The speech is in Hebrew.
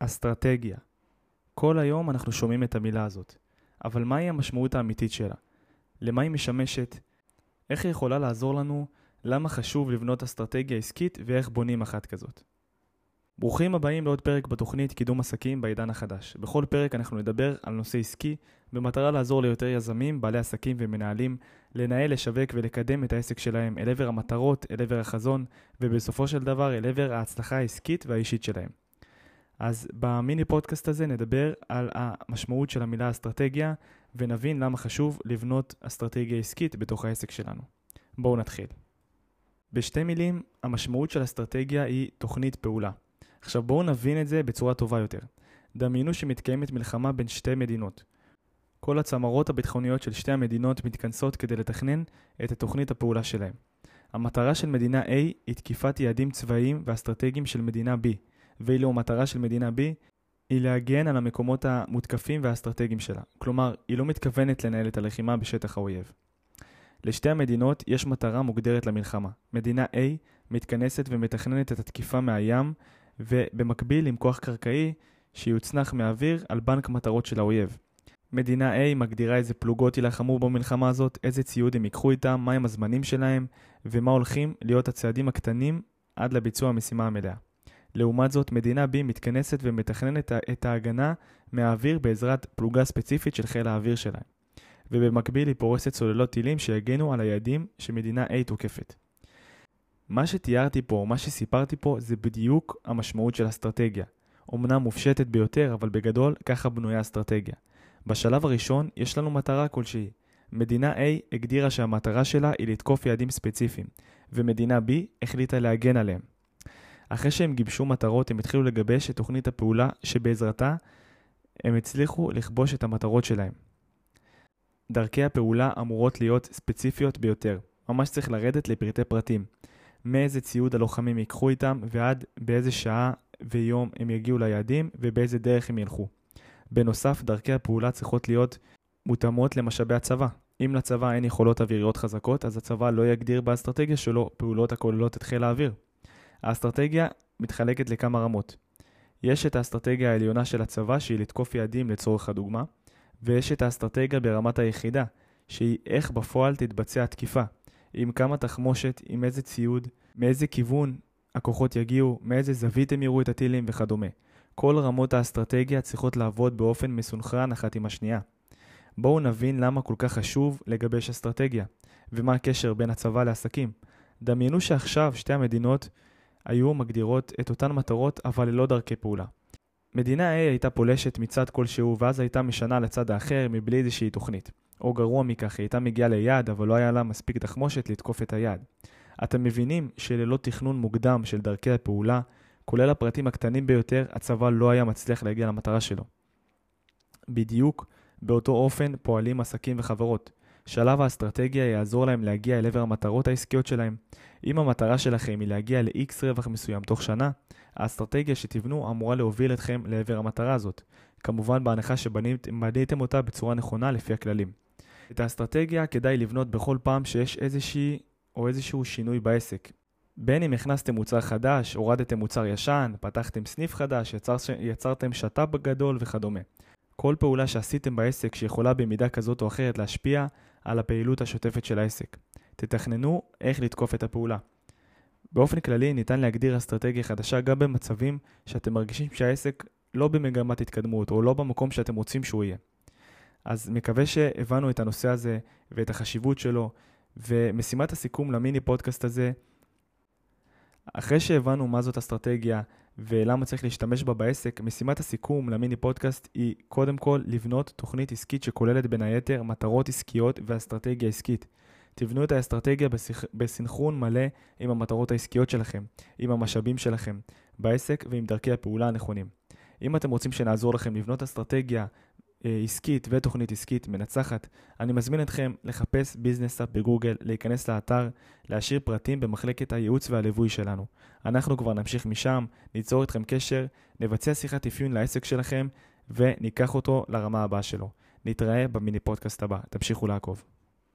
אסטרטגיה. כל היום אנחנו שומעים את המילה הזאת. אבל מהי המשמעות האמיתית שלה? למה היא משמשת? איך היא יכולה לעזור לנו? למה חשוב לבנות אסטרטגיה עסקית ואיך בונים אחת כזאת? ברוכים הבאים לעוד פרק בתוכנית קידום עסקים בעידן החדש. בכל פרק אנחנו נדבר על נושא עסקי במטרה לעזור ליותר יזמים, בעלי עסקים ומנהלים לנהל, לשווק ולקדם את העסק שלהם אל עבר המטרות, אל עבר החזון ובסופו של דבר אל עבר ההצלחה העסקית והאישית שלהם. אז במיני פודקאסט הזה נדבר על המשמעות של המילה אסטרטגיה ונבין למה חשוב לבנות אסטרטגיה עסקית בתוך העסק שלנו. בואו נתחיל. בשתי מילים, המשמעות של אסטרטגיה היא תוכנית פעולה. עכשיו בואו נבין את זה בצורה טובה יותר. דמיינו שמתקיימת מלחמה בין שתי מדינות. כל הצמרות הביטחוניות של שתי המדינות מתכנסות כדי לתכנן את תוכנית הפעולה שלהם. המטרה של מדינה A היא תקיפת יעדים צבאיים ואסטרטגיים של מדינה B, ואילו המטרה של מדינה B היא להגן על המקומות המותקפים והאסטרטגיים שלה. כלומר, היא לא מתכוונת לנהל את הלחימה בשטח האויב. לשתי המדינות יש מטרה מוגדרת למלחמה. מדינה A מתכנסת ומתכננת את התקיפה מהים, ובמקביל עם כוח קרקעי שיוצנח מהאוויר על בנק מטרות של האויב. מדינה A מגדירה איזה פלוגות ילחמו במלחמה הזאת, איזה ציוד הם ייקחו איתם, מהם הזמנים שלהם, ומה הולכים להיות הצעדים הקטנים עד לביצוע המשימה המלאה. לעומת זאת, מדינה B מתכנסת ומתכננת את ההגנה מהאוויר בעזרת פלוגה ספציפית של חיל האוויר שלהם. ובמקביל היא פורסת סוללות טילים שיגנו על היעדים שמדינה A תוקפת. מה שתיארתי פה, מה שסיפרתי פה, זה בדיוק המשמעות של אסטרטגיה. אומנם מופשטת ביותר, אבל בגדול ככה בנויה אסטרטגיה. בשלב הראשון יש לנו מטרה כלשהי. מדינה A הגדירה שהמטרה שלה היא לתקוף יעדים ספציפיים, ומדינה B החליטה להגן עליהם. אחרי שהם גיבשו מטרות, הם התחילו לגבש את תוכנית הפעולה שבעזרתה הם הצליחו לכבוש את המטרות שלהם. דרכי הפעולה אמורות להיות ספציפיות ביותר. ממש צריך לרדת לפרטי פרטים. מאיזה ציוד הלוחמים ייקחו איתם ועד באיזה שעה ויום הם יגיעו ליעדים ובאיזה דרך הם ילכו. בנוסף, דרכי הפעולה צריכות להיות מותאמות למשאבי הצבא. אם לצבא אין יכולות אוויריות חזקות, אז הצבא לא יגדיר באסטרטגיה שלו פעולות הכוללות את חיל האוויר. האסטרטגיה מתחלקת לכמה רמות. יש את האסטרטגיה העליונה של הצבא שהיא לתקוף יעדים לצורך הדוגמה, ויש את האסטרטגיה ברמת היחידה, שהיא איך בפועל תתבצע התקיפה, עם כמה תחמושת, עם איזה ציוד, מאיזה כיוון הכוחות יגיעו, מאיזה זווית הם יראו את הטילים וכדומה. כל רמות האסטרטגיה צריכות לעבוד באופן מסונכרן אחת עם השנייה. בואו נבין למה כל כך חשוב לגבש אסטרטגיה, ומה הקשר בין הצבא לעסקים. דמיינו שעכשיו שתי המדינות היו מגדירות את אותן מטרות, אבל ללא דרכי פעולה. מדינה A הייתה פולשת מצד כלשהו, ואז הייתה משנה לצד האחר מבלי איזושהי תוכנית. או גרוע מכך, היא הייתה מגיעה ליעד, אבל לא היה לה מספיק תחמושת לתקוף את היעד. אתם מבינים שללא תכנון מוקדם של דרכי הפעולה, כולל הפרטים הקטנים ביותר, הצבא לא היה מצליח להגיע למטרה שלו. בדיוק באותו אופן פועלים עסקים וחברות. שלב האסטרטגיה יעזור להם להגיע אל עבר המטרות העסקיות שלהם. אם המטרה שלכם היא להגיע ל-X רווח מסוים תוך שנה, האסטרטגיה שתבנו אמורה להוביל אתכם לעבר המטרה הזאת. כמובן בהנחה שבניתם אותה בצורה נכונה לפי הכללים. את האסטרטגיה כדאי לבנות בכל פעם שיש איזשהו שינוי בעסק. בין אם הכנסתם מוצר חדש, הורדתם מוצר ישן, פתחתם סניף חדש, יצרתם שת"פ גדול וכדומה. כל פעולה שעשיתם בעסק שיכולה במידה כזאת או אחרת להשפיע על הפעילות השוטפת של העסק. תתכננו איך לתקוף את הפעולה. באופן כללי ניתן להגדיר אסטרטגיה חדשה גם במצבים שאתם מרגישים שהעסק לא במגמת התקדמות או לא במקום שאתם רוצים שהוא יהיה. אז מקווה שהבנו את הנושא הזה ואת החשיבות שלו, ומשימת הסיכום למיני פודקאסט הזה, אחרי שהבנו מה זאת אסטרטגיה ולמה צריך להשתמש בה בעסק, משימת הסיכום למיני פודקאסט היא קודם כל לבנות תוכנית עסקית שכוללת בין היתר מטרות עסקיות ואסטרטגיה עסקית. תבנו את האסטרטגיה בסנכרון מלא עם המטרות העסקיות שלכם, עם המשאבים שלכם בעסק ועם דרכי הפעולה הנכונים. אם אתם רוצים שנעזור לכם לבנות אסטרטגיה עסקית ותוכנית עסקית מנצחת, אני מזמין אתכם לחפש ביזנס-אפ בגוגל, להיכנס לאתר, להשאיר פרטים במחלקת הייעוץ והליווי שלנו. אנחנו כבר נמשיך משם, ניצור איתכם קשר, נבצע שיחת אפיון לעסק שלכם וניקח אותו לרמה הבאה שלו. נתראה במיני פודקאסט הבא, תמשיכו לעקוב.